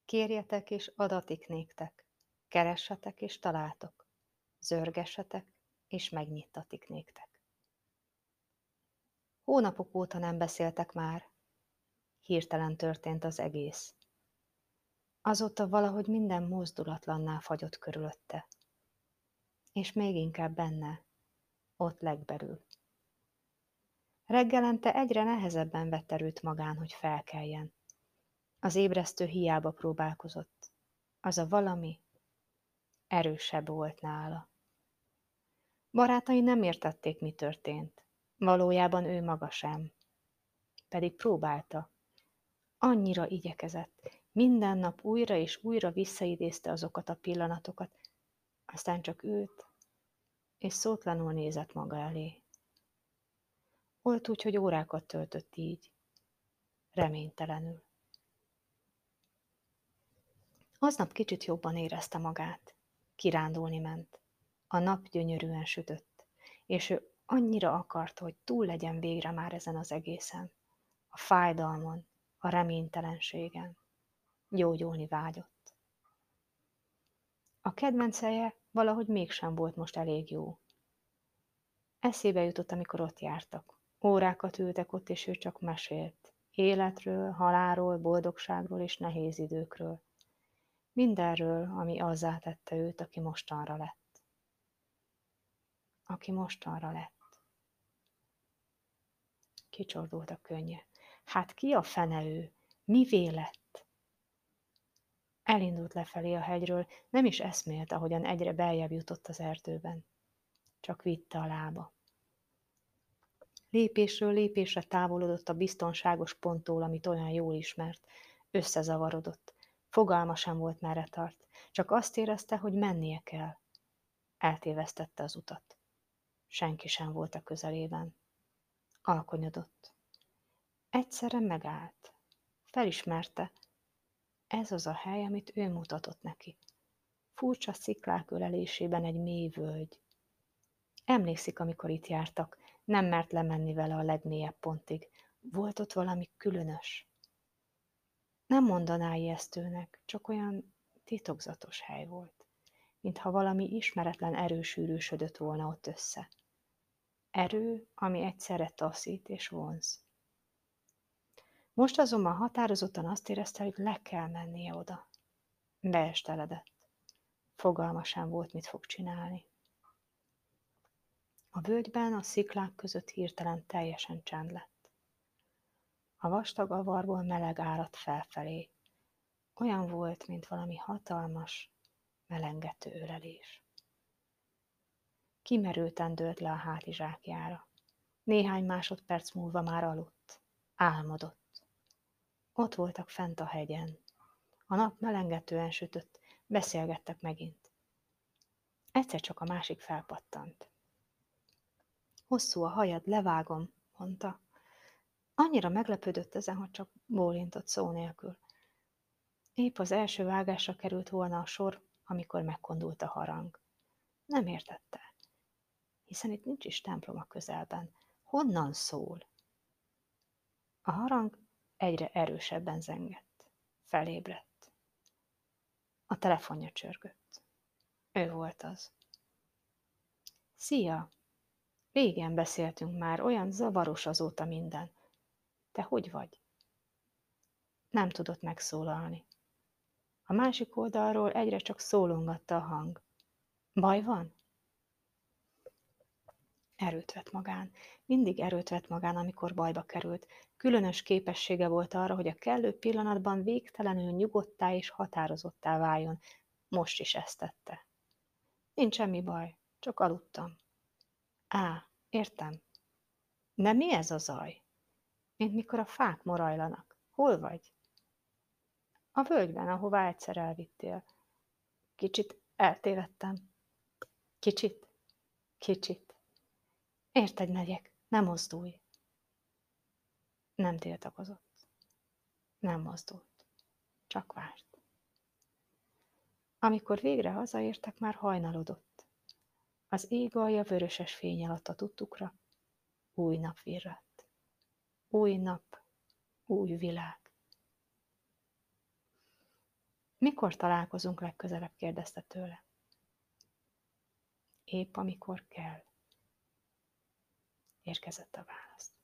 Kérjetek és adatik néktek, keressetek és találtok, zörgessetek és megnyittatik néktek. Hónapok óta nem beszéltek már, hirtelen történt az egész. Azóta valahogy minden mozdulatlanná fagyott körülötte, és még inkább benne, ott legbelül. Reggelente egyre nehezebben vett erőt magán, hogy felkeljen. Az ébresztő hiába próbálkozott. Az a valami erősebb volt nála. Barátai nem értették, mi történt. Valójában ő maga sem. Pedig próbálta. Annyira igyekezett. Minden nap újra és újra visszaidézte azokat a pillanatokat, aztán csak ült, és szótlanul nézett maga elé. Volt úgy, hogy órákat töltött így, reménytelenül. Aznap kicsit jobban érezte magát. Kirándulni ment. A nap gyönyörűen sütött, és ő annyira akarta, hogy túl legyen végre már ezen az egészen. A fájdalmon, a reménytelenségen. Gyógyulni vágyott. A kedvenc helye valahogy mégsem volt most elég jó. Eszébe jutott, amikor ott jártak. Órákat ültek ott, és ő csak mesélt. Életről, halálról, boldogságról és nehéz időkről. Mindenről, ami azzá tette őt, aki mostanra lett. Aki mostanra lett. Kicsordult a könnye. Hát ki a fene ő? Mivé lett? Elindult lefelé a hegyről, nem is eszmélt, ahogyan egyre beljebb jutott az erdőben. Csak vitte a lába. Lépésről lépésre távolodott a biztonságos ponttól, amit olyan jól ismert. Összezavarodott. Fogalma sem volt, merre tart. Csak azt érezte, hogy mennie kell. Eltévesztette az utat. Senki sem volt a közelében. Alkonyodott. Egyszerre megállt. Felismerte. Ez az a hely, amit ő mutatott neki. Furcsa sziklák ölelésében egy mély völgy. Emlékszik, amikor itt jártak, nem mert lemenni vele a legmélyebb pontig. Volt ott valami különös. Nem mondaná ijesztőnek, csak olyan titokzatos hely volt, mintha valami ismeretlen erő sűrűsödött volna ott össze. Erő, ami egyszerre taszít és vonz. Most azonban határozottan azt érezte, hogy le kell mennie oda. Beesteledett. Fogalma sem volt, mit fog csinálni. A völgyben, a sziklák között hirtelen teljesen csend lett. A vastag avarból meleg áradt felfelé. Olyan volt, mint valami hatalmas, melengető ölelés. Kimerülten dőlt le a hátizsákjára. Néhány másodperc múlva már aludt. Álmodott. Ott voltak fent a hegyen. A nap melengetően sütött, beszélgettek megint. Egyszer csak a másik felpattant. Hosszú a hajad, levágom, mondta. Annyira meglepődött ezen, hogy csak bólintott szó nélkül. Épp az első vágásra került volna a sor, amikor megkondult a harang. Nem értette, hiszen itt nincs is templom a közelben. Honnan szól? A harang egyre erősebben zengett. Felébredt. A telefonja csörgött. Ő volt az. Szia! Régen beszéltünk már, olyan zavaros azóta minden. Te hogy vagy? Nem tudott megszólalni. A másik oldalról egyre csak szólongatta a hang. Baj van? Erőt vett magán. Mindig erőt vett magán, amikor bajba került. Különös képessége volt arra, hogy a kellő pillanatban végtelenül nyugodttá és határozottá váljon. Most is ezt tette. Nincs semmi baj, csak aludtam. Á, értem. De mi ez a zaj? Mint mikor a fák morajlanak. Hol vagy? A völgyben, ahová egyszer elvittél. Kicsit eltévedtem. Kicsit? Kicsit. Érted, megyek, ne mozdulj. Nem tiltakozott. Nem mozdult. Csak várt. Amikor végre hazaértek, már hajnalodott. Az ég alja vöröses fény alatt a tudtukra. Új nap virradt. Új nap, új világ. Mikor találkozunk legközelebb? Kérdezte tőle. Épp amikor kell. Érkezett a válasz.